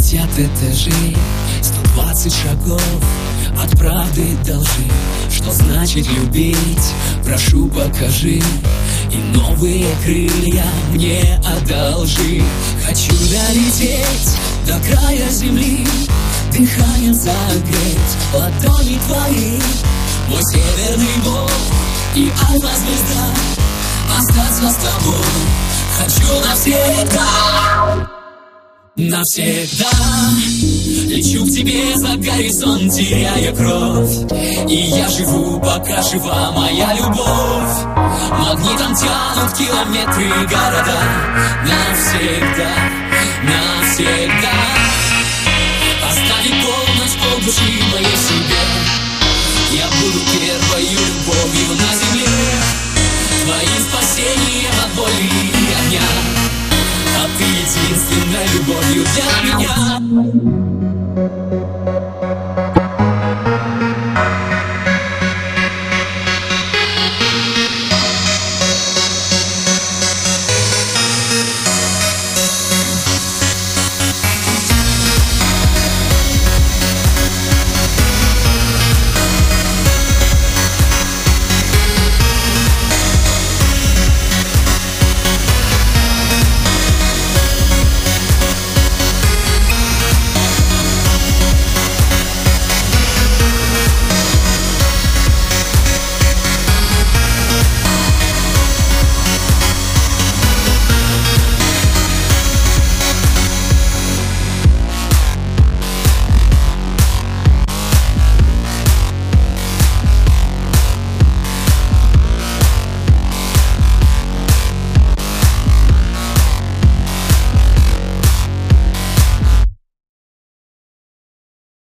50 этажей, 120 шагов от правды до лжи. Что значит любить? Прошу, покажи. И новые крылья мне одолжи. Хочу долететь до края земли, дыханием согреть ладони твои. Мой северный бог и альфа-звезда, остаться с тобой хочу навсегда. Навсегда лечу к тебе за горизонт, теряя кровь. И я живу, пока жива моя любовь. Магнитом тянут километры города. Навсегда, навсегда. Оставить полночь полдуши моей себе. Я буду первою любовью на земле, твоим спасением от боли и огня. А ты единственной любовью для меня.